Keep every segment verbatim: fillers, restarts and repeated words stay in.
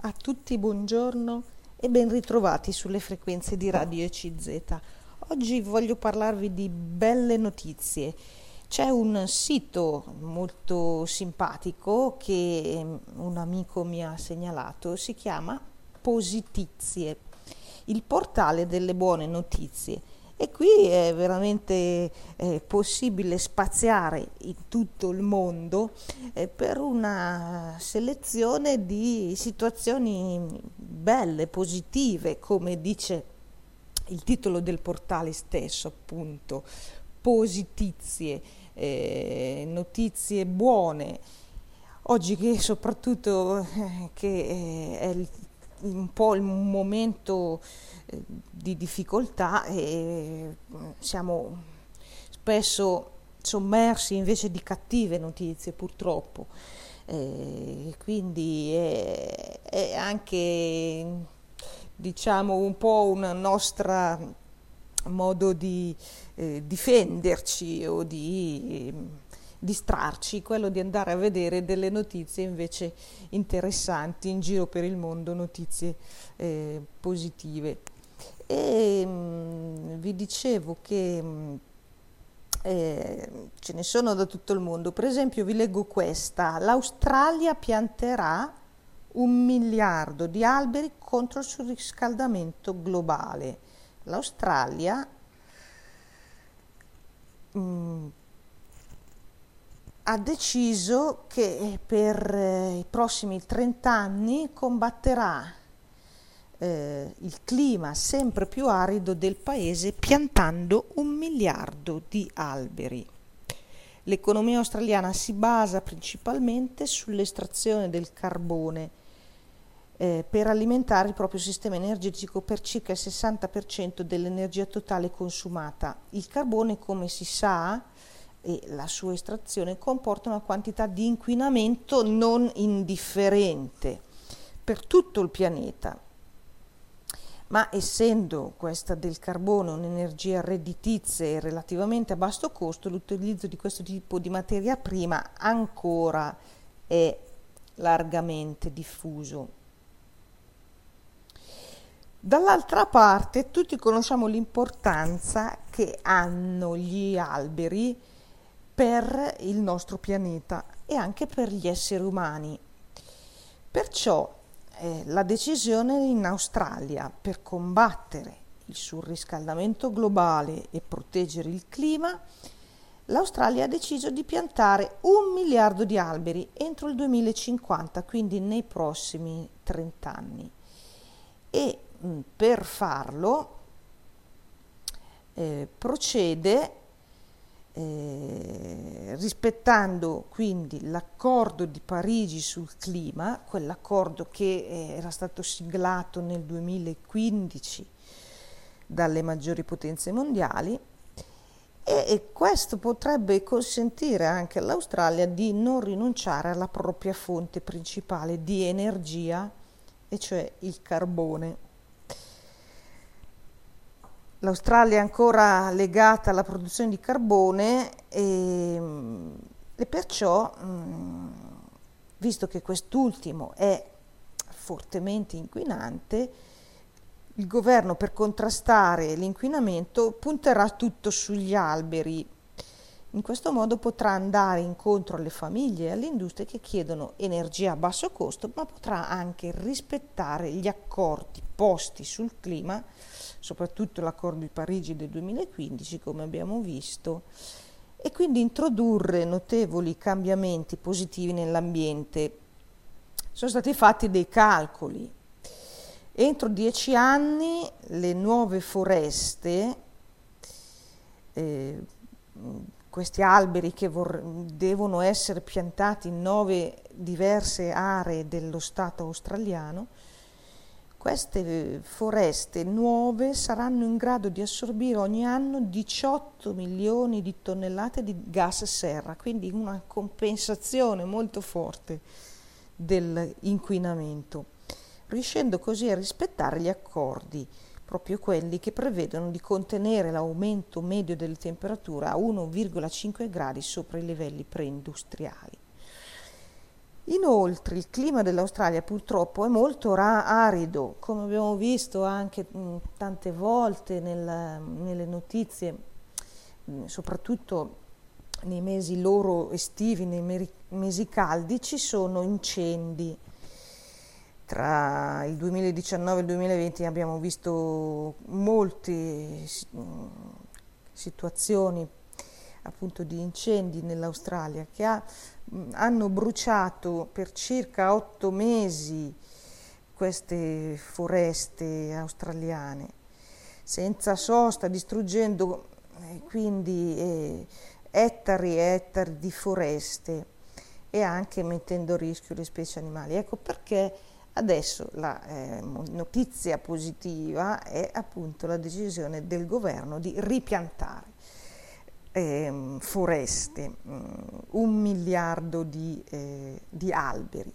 A tutti buongiorno e ben ritrovati sulle frequenze di Radio E C Z. Oggi voglio parlarvi di belle notizie. C'è un sito molto simpatico che un amico mi ha segnalato, si chiama Positizie, il portale delle buone notizie. E qui è veramente eh, possibile spaziare in tutto il mondo eh, per una selezione di situazioni belle, positive, come dice il titolo del portale stesso, appunto, positizie, eh, notizie buone. Oggi che soprattutto eh, che eh, è il un po' il momento eh, di difficoltà e siamo spesso sommersi invece di cattive notizie, purtroppo. Eh, quindi è, è anche, diciamo, un po' una nostra modo di eh, difenderci o di eh, distrarci, quello di andare a vedere delle notizie invece interessanti in giro per il mondo, notizie eh, positive. E mh, vi dicevo che mh, eh, ce ne sono da tutto il mondo. Per esempio vi leggo questa: l'Australia pianterà un miliardo di alberi contro il surriscaldamento globale. L'Australia mh, ha deciso che per eh, i prossimi trenta anni combatterà eh, il clima sempre più arido del paese piantando un miliardo di alberi. L'economia australiana si basa principalmente sull'estrazione del carbone eh, per alimentare il proprio sistema energetico per circa il sessanta per cento dell'energia totale consumata. Il carbone, come si sa, e la sua estrazione comporta una quantità di inquinamento non indifferente per tutto il pianeta, ma essendo questa del carbone un'energia redditizia e relativamente a basso costo, l'utilizzo di questo tipo di materia prima ancora è largamente diffuso. Dall'altra parte tutti conosciamo l'importanza che hanno gli alberi per il nostro pianeta e anche per gli esseri umani. Perciò eh, la decisione in Australia per combattere il surriscaldamento globale e proteggere il clima, l'Australia ha deciso di piantare un miliardo di alberi entro il duemilacinquanta, quindi nei prossimi trenta anni. E mh, per farlo eh, procede Eh, rispettando quindi l'accordo di Parigi sul clima, quell'accordo che eh, era stato siglato nel duemilaquindici dalle maggiori potenze mondiali, e, e questo potrebbe consentire anche all'Australia di non rinunciare alla propria fonte principale di energia, e cioè il carbone. L'Australia è ancora legata alla produzione di carbone e, e perciò, visto che quest'ultimo è fortemente inquinante, il governo, per contrastare l'inquinamento, punterà tutto sugli alberi. In questo modo potrà andare incontro alle famiglie e alle industrie che chiedono energia a basso costo, ma potrà anche rispettare gli accordi posti sul clima, soprattutto l'accordo di Parigi del duemilaquindici, come abbiamo visto, e quindi introdurre notevoli cambiamenti positivi nell'ambiente. Sono stati fatti dei calcoli. Entro dieci anni le nuove foreste, eh, questi alberi che vor- devono essere piantati in nove diverse aree dello Stato australiano, queste foreste nuove saranno in grado di assorbire ogni anno diciotto milioni di tonnellate di gas serra, quindi una compensazione molto forte dell'inquinamento, riuscendo così a rispettare gli accordi, proprio quelli che prevedono di contenere l'aumento medio delle temperature a uno virgola cinque gradi sopra i livelli preindustriali. Inoltre il clima dell'Australia purtroppo è molto ra- arido, come abbiamo visto anche mh, tante volte nel- nelle notizie, mh, soprattutto nei mesi loro estivi, nei meri- mesi caldi, ci sono incendi. Tra il duemiladiciannove e il duemilaventi abbiamo visto molte mh, situazioni appunto di incendi nell'Australia che ha, mh, hanno bruciato per circa otto mesi queste foreste australiane senza sosta, distruggendo eh, quindi eh, ettari e ettari di foreste e anche mettendo a rischio le specie animali. Ecco perché adesso la eh, notizia positiva è appunto la decisione del governo di ripiantare eh, foreste, mh, un miliardo di, eh, di alberi.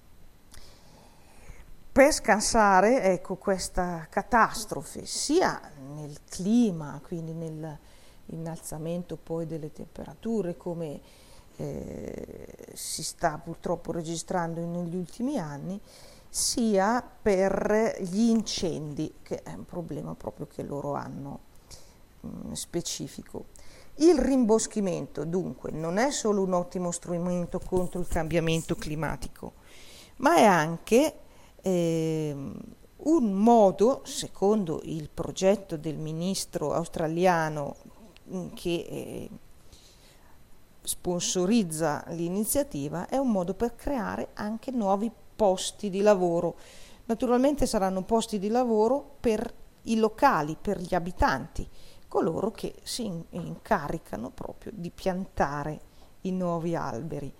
Per scansare, ecco, questa catastrofe, sia nel clima, quindi nell'innalzamento poi delle temperature, come eh, si sta purtroppo registrando negli ultimi anni, sia per gli incendi, che è un problema proprio che loro hanno mh, specifico. Il rimboschimento, dunque, non è solo un ottimo strumento contro il cambiamento climatico, ma è anche eh, un modo, secondo il progetto del ministro australiano che eh, sponsorizza l'iniziativa, è un modo per creare anche nuovi posti di lavoro. Naturalmente saranno posti di lavoro per i locali, per gli abitanti, coloro che si incaricano proprio di piantare i nuovi alberi.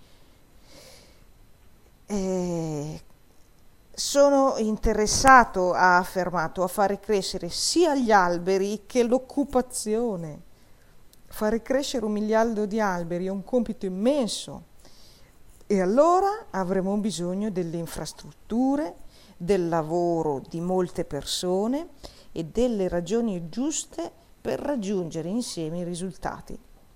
Eh, sono interessato, ha affermato, a fare crescere sia gli alberi che l'occupazione. Fare crescere un miliardo di alberi è un compito immenso e allora avremo bisogno delle infrastrutture, del lavoro di molte persone e delle ragioni giuste per raggiungere insieme i risultati.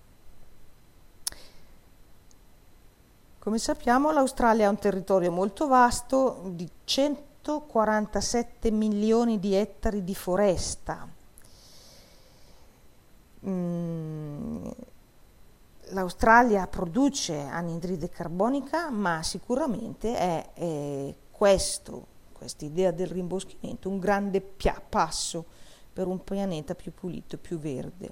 Come sappiamo, l'Australia ha un territorio molto vasto di centoquarantasette milioni di ettari di foresta. Mm, L'Australia produce anidride carbonica, ma sicuramente è, è questo, questa idea del rimboschimento, un grande pia- passo per un pianeta più pulito, più verde.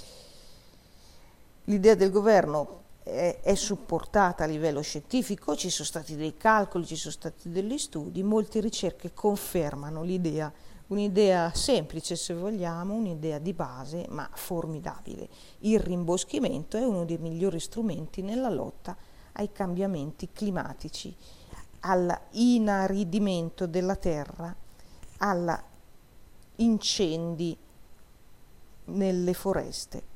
L'idea del governo è, è supportata a livello scientifico, ci sono stati dei calcoli, ci sono stati degli studi, molte ricerche confermano l'idea, un'idea semplice se vogliamo, un'idea di base ma formidabile. Il rimboschimento è uno dei migliori strumenti nella lotta ai cambiamenti climatici, all'inaridimento della terra, agli incendi nelle foreste.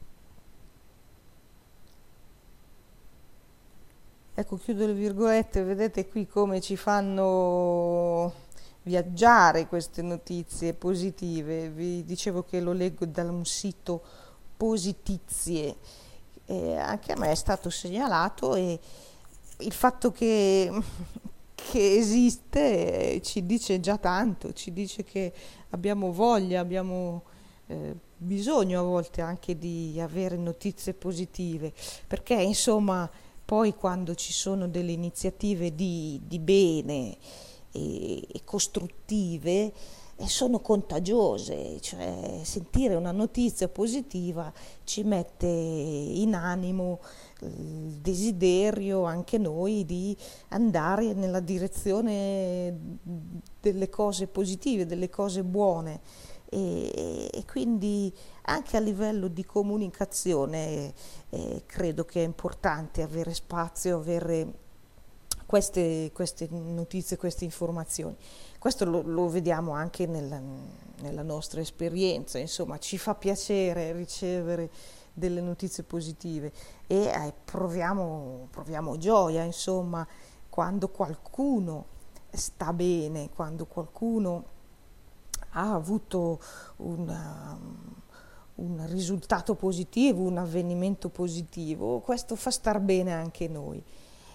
Ecco, chiudo le virgolette, vedete qui come ci fanno viaggiare queste notizie positive. Vi dicevo che lo leggo da un sito Positizie, eh, anche a me è stato segnalato e il fatto che, che esiste eh, ci dice già tanto, ci dice che abbiamo voglia, abbiamo eh, bisogno a volte anche di avere notizie positive, perché insomma poi quando ci sono delle iniziative di, di bene e, e costruttive e sono contagiose, cioè sentire una notizia positiva ci mette in animo il desiderio anche noi di andare nella direzione delle cose positive, delle cose buone e, e quindi anche a livello di comunicazione eh, credo che è importante avere spazio, avere queste, queste notizie, queste informazioni. Questo lo, lo vediamo anche nella, nella nostra esperienza, insomma ci fa piacere ricevere delle notizie positive e eh, proviamo, proviamo gioia, insomma, quando qualcuno sta bene, quando qualcuno ha avuto una, un risultato positivo, un avvenimento positivo, questo fa star bene anche noi.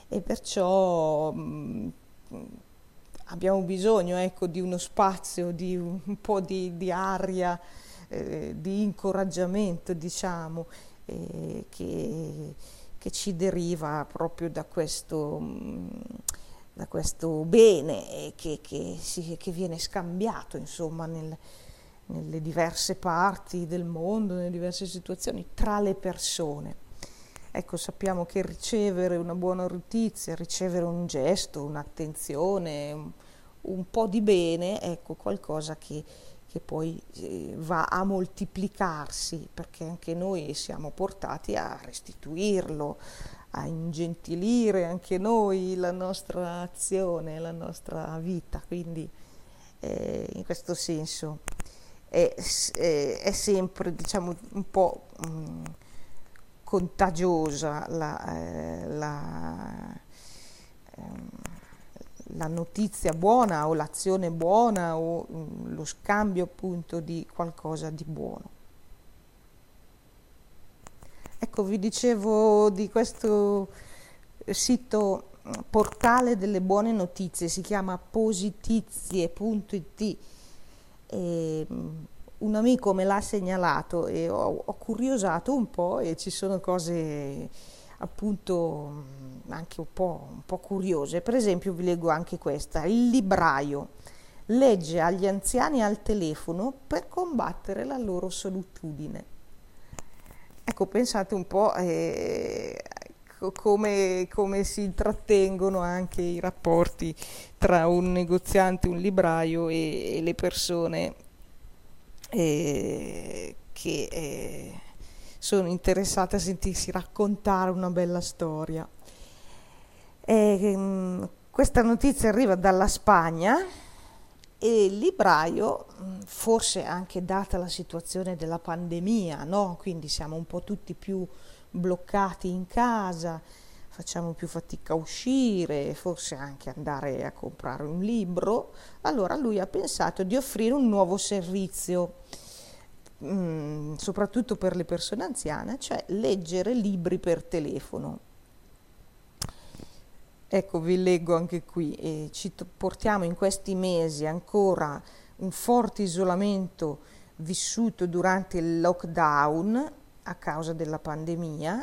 e perciò mh, abbiamo bisogno, ecco, di uno spazio, di un, un po' di, di aria, eh, di incoraggiamento, diciamo, eh, che, che ci deriva proprio da questo, mh, da questo bene eh, che, che, si, che viene scambiato, insomma, nel, nelle diverse parti del mondo, nelle diverse situazioni, tra le persone. Ecco, sappiamo che ricevere una buona notizia, ricevere un gesto, un'attenzione, un, un po' di bene, ecco, qualcosa che, che poi eh, va a moltiplicarsi, perché anche noi siamo portati a restituirlo, a ingentilire anche noi la nostra azione, la nostra vita. Quindi eh, in questo senso è, è, è sempre, diciamo, un po' mh, contagiosa la, eh, la, ehm, la notizia buona o l'azione buona o mh, lo scambio appunto di qualcosa di buono. Ecco, vi dicevo di questo sito portale delle buone notizie, si chiama positizie punto it. E, un amico me l'ha segnalato e ho, ho curiosato un po' e ci sono cose appunto anche un po', un po' curiose. Per esempio vi leggo anche questa: il libraio legge agli anziani al telefono per combattere la loro solitudine. Ecco, pensate un po' eh, come, come si intrattengono anche i rapporti tra un negoziante, un libraio e, e le persone eh, che eh, sono interessate a sentirsi raccontare una bella storia. E, mh, questa notizia arriva dalla Spagna e il libraio, forse anche data la situazione della pandemia, no? Quindi siamo un po' tutti più bloccati in casa, facciamo più fatica a uscire, forse anche andare a comprare un libro. Allora lui ha pensato di offrire un nuovo servizio, mh, soprattutto per le persone anziane, cioè leggere libri per telefono. Ecco, vi leggo anche qui, eh, ci to- portiamo in questi mesi ancora un forte isolamento vissuto durante il lockdown a causa della pandemia.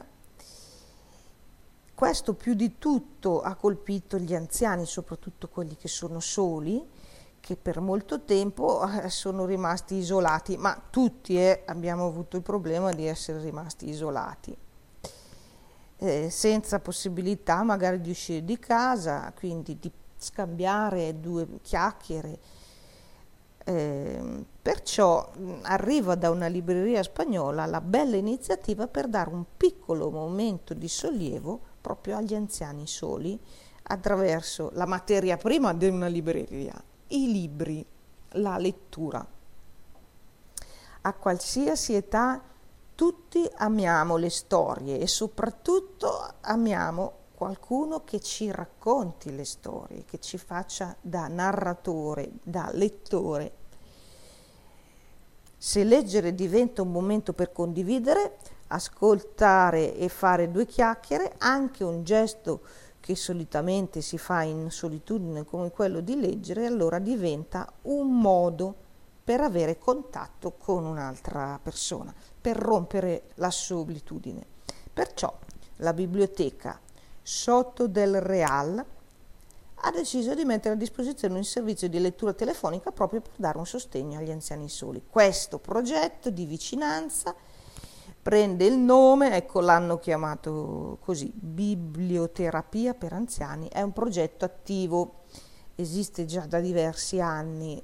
Questo più di tutto ha colpito gli anziani, soprattutto quelli che sono soli, che per molto tempo eh, sono rimasti isolati, ma tutti eh, abbiamo avuto il problema di essere rimasti isolati. Eh, senza possibilità magari di uscire di casa, quindi di scambiare due chiacchiere. Eh, perciò mh, arriva da una libreria spagnola la bella iniziativa per dare un piccolo momento di sollievo proprio agli anziani soli attraverso la materia prima di una libreria, i libri, la lettura. A qualsiasi età tutti amiamo le storie e soprattutto amiamo qualcuno che ci racconti le storie, che ci faccia da narratore, da lettore. Se leggere diventa un momento per condividere, ascoltare e fare due chiacchiere, anche un gesto che solitamente si fa in solitudine come quello di leggere, allora diventa un modo per avere contatto con un'altra persona, per rompere la solitudine. Perciò la biblioteca Soto del Real ha deciso di mettere a disposizione un servizio di lettura telefonica proprio per dare un sostegno agli anziani soli. Questo progetto di vicinanza prende il nome, ecco, l'hanno chiamato così, Biblioterapia per anziani. È un progetto attivo, esiste già da diversi anni.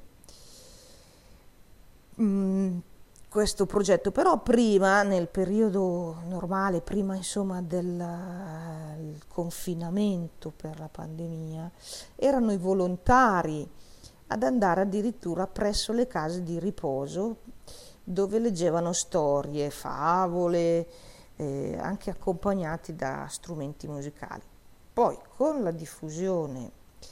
Mm, questo progetto però prima, nel periodo normale, prima insomma del uh, confinamento per la pandemia, erano i volontari ad andare addirittura presso le case di riposo dove leggevano storie, favole, eh, anche accompagnati da strumenti musicali. Poi con la diffusione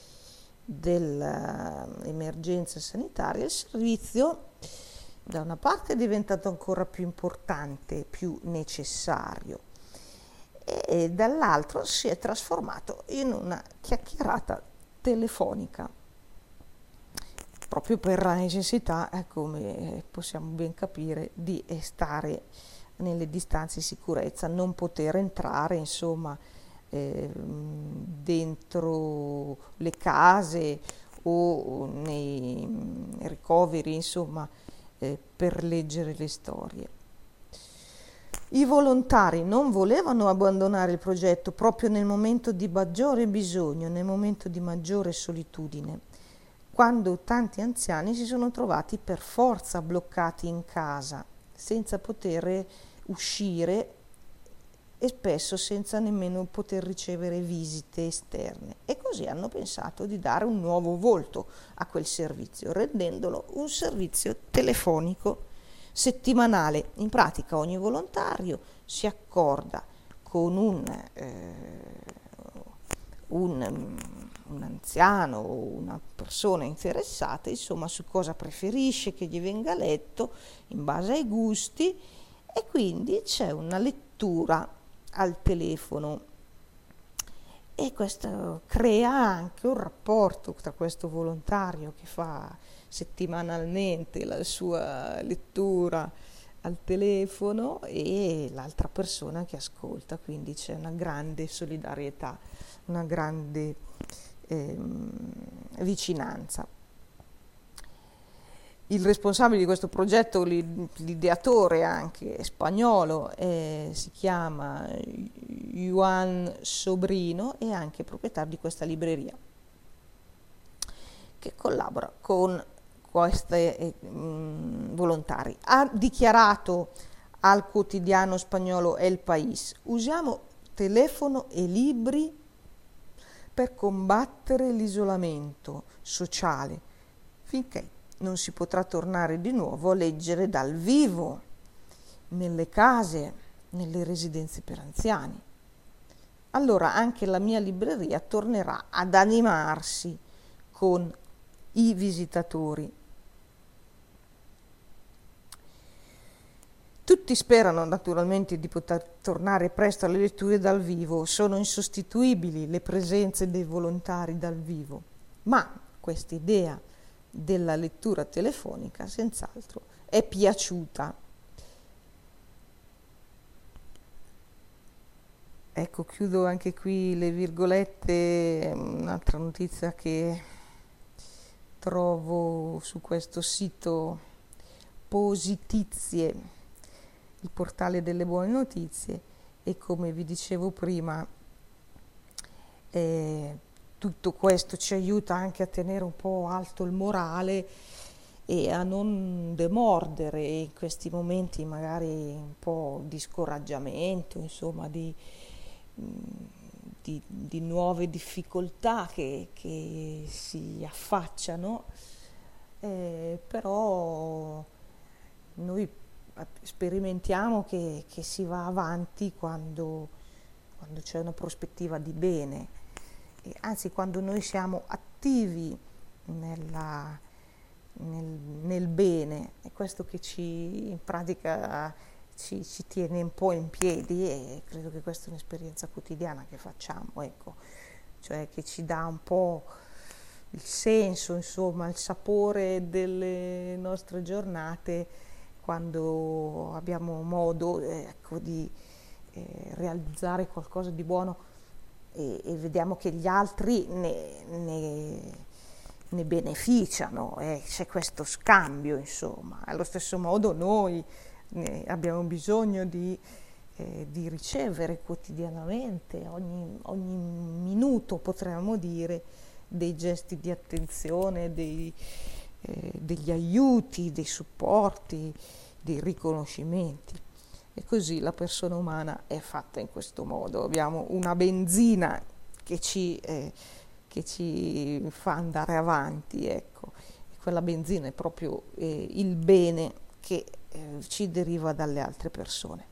dell'emergenza sanitaria il servizio da una parte è diventato ancora più importante, più necessario e dall'altro si è trasformato in una chiacchierata telefonica, proprio per la necessità, eh, come possiamo ben capire, di stare nelle distanze di sicurezza, non poter entrare, insomma, eh, dentro le case o nei ricoveri, insomma, eh, per leggere le storie. I volontari non volevano abbandonare il progetto proprio nel momento di maggiore bisogno, nel momento di maggiore solitudine, quando tanti anziani si sono trovati per forza bloccati in casa, senza poter uscire e spesso senza nemmeno poter ricevere visite esterne, e così hanno pensato di dare un nuovo volto a quel servizio, rendendolo un servizio telefonico settimanale. In pratica ogni volontario si accorda con un, eh, un, un anziano o una persona interessata, insomma, su cosa preferisce che gli venga letto in base ai gusti, e quindi c'è una lettura al telefono, e questo crea anche un rapporto tra questo volontario che fa settimanalmente la sua lettura al telefono e l'altra persona che ascolta, quindi c'è una grande solidarietà, una grande ehm, vicinanza. Il responsabile di questo progetto, l'ideatore anche, è spagnolo, eh, si chiama Juan Sobrino, e anche proprietario di questa libreria, che collabora con questi eh, volontari. Ha dichiarato al quotidiano spagnolo El País: usiamo telefono e libri per combattere l'isolamento sociale finché non si potrà tornare di nuovo a leggere dal vivo nelle case, nelle residenze per anziani. Allora anche la mia libreria tornerà ad animarsi con i visitatori. Tutti sperano naturalmente di poter tornare presto alle letture dal vivo, sono insostituibili le presenze dei volontari dal vivo, ma questa idea della lettura telefonica senz'altro è piaciuta. Ecco, chiudo anche qui le virgolette. Un'altra notizia che trovo su questo sito Positizie, il portale delle buone notizie, e come vi dicevo prima, eh, tutto questo ci aiuta anche a tenere un po' alto il morale e a non demordere in questi momenti magari un po' di scoraggiamento, insomma, di, di, di nuove difficoltà che, che si affacciano, eh, però noi sperimentiamo che, che si va avanti quando, quando c'è una prospettiva di bene. E anzi, quando noi siamo attivi nella, nel, nel bene, è questo che ci in pratica ci, ci tiene un po' in piedi, e credo che questa è un'esperienza quotidiana che facciamo, ecco, cioè che ci dà un po' il senso, insomma, il sapore delle nostre giornate, quando abbiamo modo, ecco, di eh, realizzare qualcosa di buono e, e vediamo che gli altri ne, ne, ne beneficiano, e c'è questo scambio, insomma. Allo stesso modo noi ne abbiamo bisogno di, eh, di ricevere quotidianamente, ogni, ogni minuto potremmo dire, dei gesti di attenzione, dei, eh, degli aiuti, dei supporti, dei riconoscimenti. E così la persona umana è fatta in questo modo. Abbiamo una benzina che ci, eh, che ci fa andare avanti, ecco. E quella benzina è proprio eh, il bene che eh, ci deriva dalle altre persone.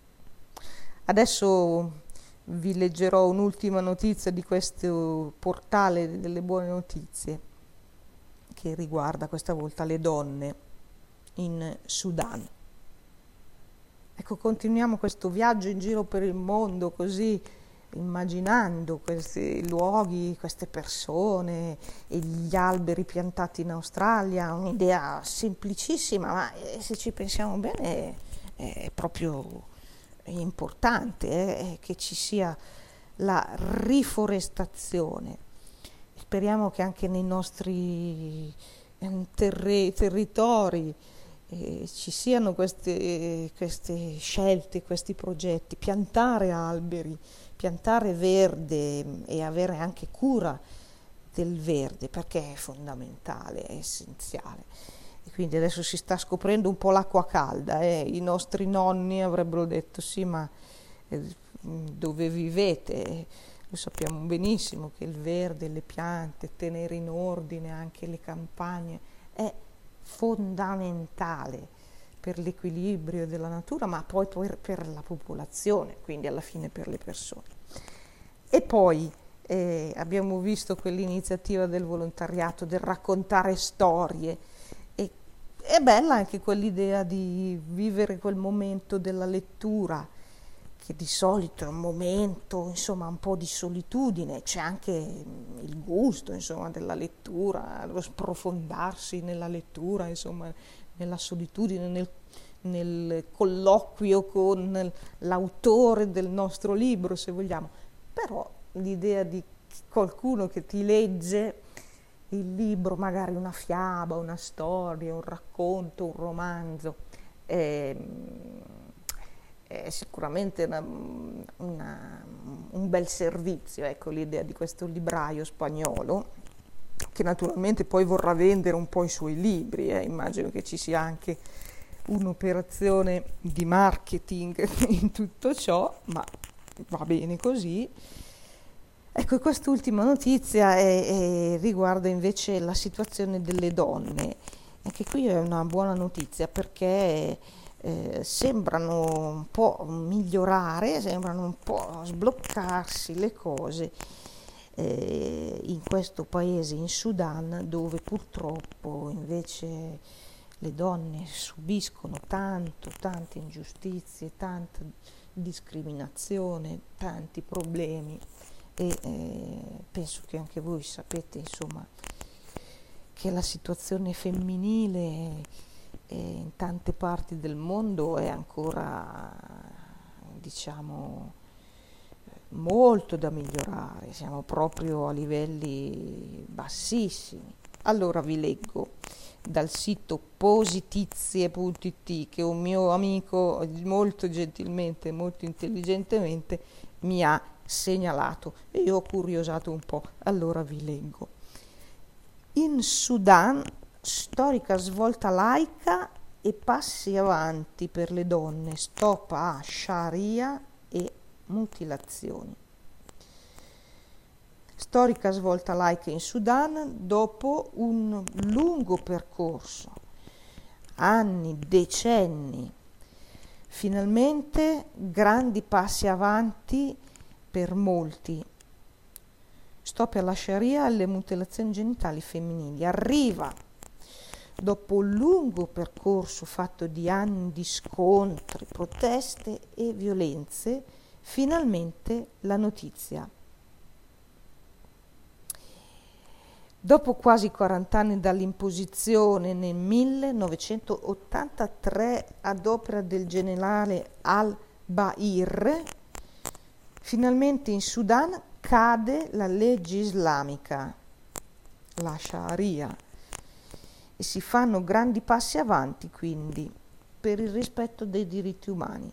Adesso vi leggerò un'ultima notizia di questo portale delle buone notizie, che riguarda questa volta le donne in Sudan. Ecco, continuiamo questo viaggio in giro per il mondo così, immaginando questi luoghi, queste persone e gli alberi piantati in Australia, un'idea semplicissima, ma eh, se ci pensiamo bene è proprio importante eh, che ci sia la riforestazione. Speriamo che anche nei nostri eh, terre- territori eh, ci siano queste, queste scelte, questi progetti, piantare alberi, piantare verde e avere anche cura del verde, perché è fondamentale, è essenziale. E quindi adesso si sta scoprendo un po' l'acqua calda, eh. I nostri nonni avrebbero detto sì, ma eh, dove vivete? Lo sappiamo benissimo che il verde, le piante, tenere in ordine anche le campagne è fondamentale per l'equilibrio della natura, ma poi per, per la popolazione, quindi alla fine per le persone. E poi eh, abbiamo visto quell'iniziativa del volontariato, del raccontare storie, e è bella anche quell'idea di vivere quel momento della lettura, che di solito è un momento, insomma, un po' di solitudine, c'è anche il gusto, insomma, della lettura, lo sprofondarsi nella lettura, insomma, nella solitudine, nel, nel colloquio con l'autore del nostro libro, se vogliamo. Però l'idea di qualcuno che ti legge il libro, magari una fiaba, una storia, un racconto, un romanzo, è, è sicuramente una, una, un bel servizio, ecco, l'idea di questo libraio spagnolo, che naturalmente poi vorrà vendere un po' i suoi libri, eh. Immagino che ci sia anche un'operazione di marketing in tutto ciò, ma va bene così. Ecco, quest'ultima notizia è, è, riguarda invece la situazione delle donne. Anche qui è una buona notizia, perché eh, sembrano un po' migliorare, sembrano un po' sbloccarsi le cose eh, in questo paese, in Sudan, dove purtroppo invece le donne subiscono tanto, tante ingiustizie, tanta discriminazione, tanti problemi. E eh, penso che anche voi sapete, insomma, che la situazione femminile eh, in tante parti del mondo è ancora, diciamo, molto da migliorare, siamo proprio a livelli bassissimi. Allora vi leggo dal sito positizie punto it, che un mio amico molto gentilmente, molto intelligentemente mi ha segnalato, e io ho curiosato un po', allora vi leggo. In Sudan, storica svolta laica e passi avanti per le donne, stop a Sharia e mutilazioni. Storica svolta laica in Sudan dopo un lungo percorso, anni, decenni, finalmente grandi passi avanti per molti. Stop alla Sharia e alle mutilazioni genitali femminili. Arriva, dopo un lungo percorso fatto di anni di scontri, proteste e violenze, finalmente la notizia. Dopo quasi quaranta anni dall'imposizione nel millenovecentottantatré ad opera del generale al-Bahir, finalmente in Sudan cade la legge islamica, la Sharia, e si fanno grandi passi avanti quindi per il rispetto dei diritti umani,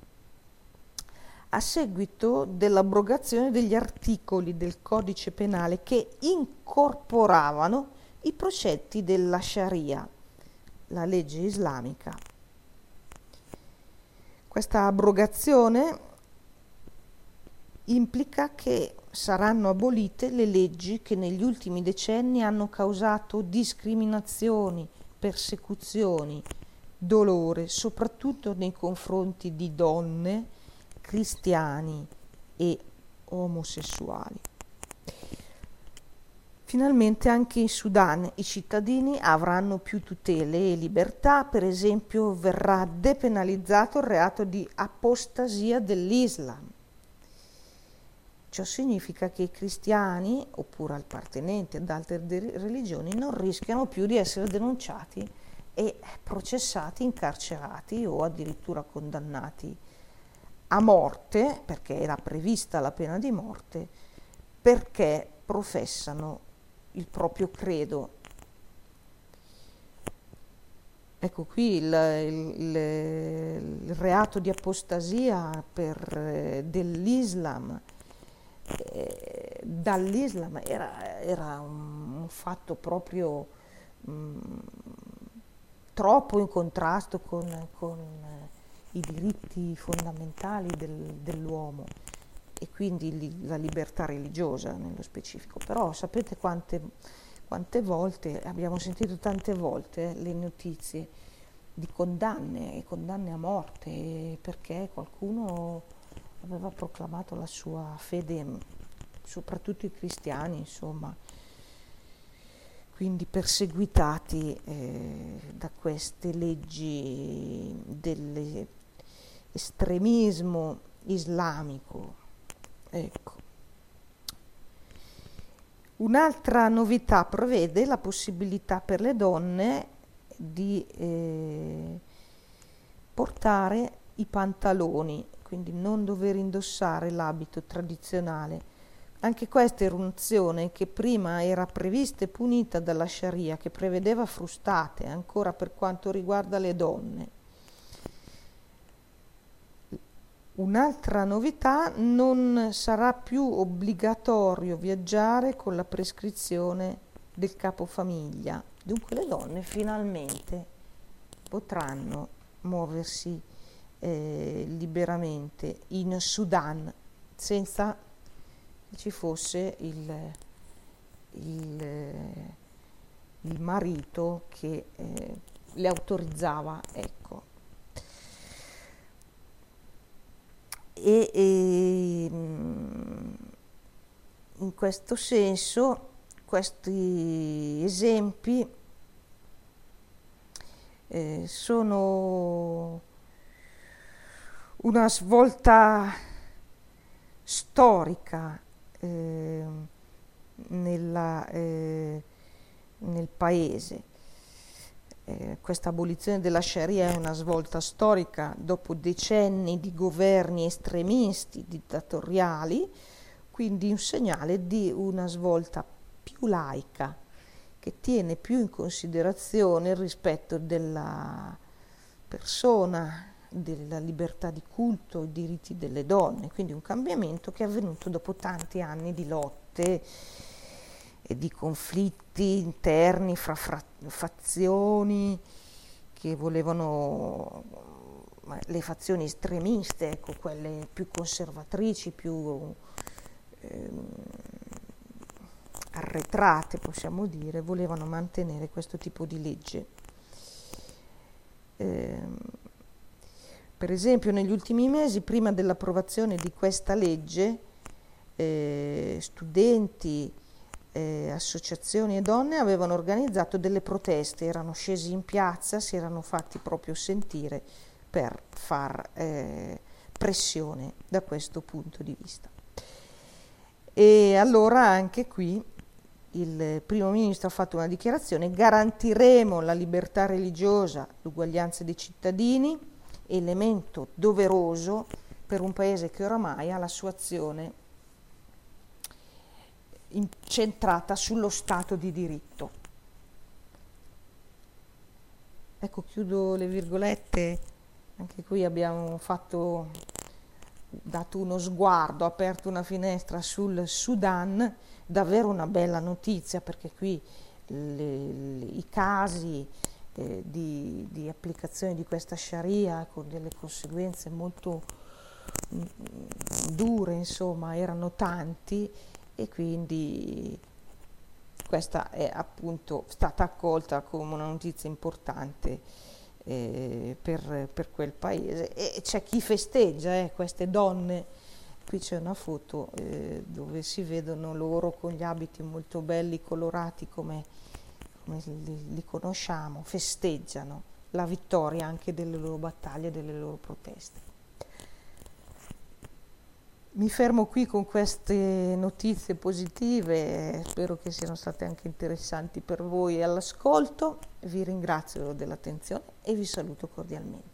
a seguito dell'abrogazione degli articoli del codice penale che incorporavano i precetti della Sharia, la legge islamica. Questa abrogazione implica che saranno abolite le leggi che negli ultimi decenni hanno causato discriminazioni, persecuzioni, dolore, soprattutto nei confronti di donne, cristiani e omosessuali. Finalmente anche in Sudan i cittadini avranno più tutele e libertà, per esempio verrà depenalizzato il reato di apostasia dell'Islam. Ciò significa che i cristiani, oppure appartenenti ad altre religioni, non rischiano più di essere denunciati e processati, incarcerati o addirittura condannati a morte, perché era prevista la pena di morte, perché professano il proprio credo. Ecco qui il, il, il, il reato di apostasia per, eh, dell'Islam, eh, dall'Islam era, era un, un fatto proprio mh, troppo in contrasto con, con i diritti fondamentali del, dell'uomo e quindi li, la libertà religiosa nello specifico. Però sapete quante, quante volte, abbiamo sentito tante volte le notizie di condanne e condanne a morte perché qualcuno aveva proclamato la sua fede, soprattutto i cristiani, insomma, quindi perseguitati eh, da queste leggi dell'estremismo islamico. Ecco. Un'altra novità prevede la possibilità per le donne di eh, portare i pantaloni, quindi non dover indossare l'abito tradizionale. Anche questa era un'azione che prima era prevista e punita dalla Sharia, che prevedeva frustate ancora per quanto riguarda le donne. Un'altra novità: non sarà più obbligatorio viaggiare con la prescrizione del capofamiglia. Dunque le donne finalmente potranno muoversi eh, liberamente in Sudan senza che ci fosse il, il, il marito che eh, le autorizzava, ecco. E, e in questo senso questi esempi eh, sono una svolta storica eh, nella, eh, nel paese. Eh, questa abolizione della Sharia è una svolta storica dopo decenni di governi estremisti, dittatoriali, quindi un segnale di una svolta più laica, che tiene più in considerazione il rispetto della persona, della libertà di culto, i diritti delle donne, quindi un cambiamento che è avvenuto dopo tanti anni di lotte e di conflitti interni fra, fra fazioni che volevano, le fazioni estremiste, ecco, quelle più conservatrici, più eh, arretrate, possiamo dire, volevano mantenere questo tipo di legge. Eh, per esempio, negli ultimi mesi, prima dell'approvazione di questa legge, eh, studenti, Eh, associazioni e donne avevano organizzato delle proteste, erano scesi in piazza, si erano fatti proprio sentire per far eh, pressione da questo punto di vista. E allora anche qui il primo ministro ha fatto una dichiarazione: garantiremo la libertà religiosa, l'uguaglianza dei cittadini, elemento doveroso per un paese che oramai ha la sua azione incentrata sullo Stato di diritto. Ecco, chiudo le virgolette, anche qui abbiamo fatto, dato uno sguardo, aperto una finestra sul Sudan, davvero una bella notizia, perché qui le, le, i casi eh, di, di applicazione di questa Sharia con delle conseguenze molto mh, dure, insomma, erano tanti, e quindi questa è appunto stata accolta come una notizia importante eh, per, per quel paese, e c'è chi festeggia eh, queste donne Qui c'è una foto eh, dove si vedono loro con gli abiti molto belli, colorati come, come li, li conosciamo, festeggiano la vittoria anche delle loro battaglie e delle loro proteste. Mi fermo qui con queste notizie positive, spero che siano state anche interessanti per voi all'ascolto. Vi ringrazio dell'attenzione e vi saluto cordialmente.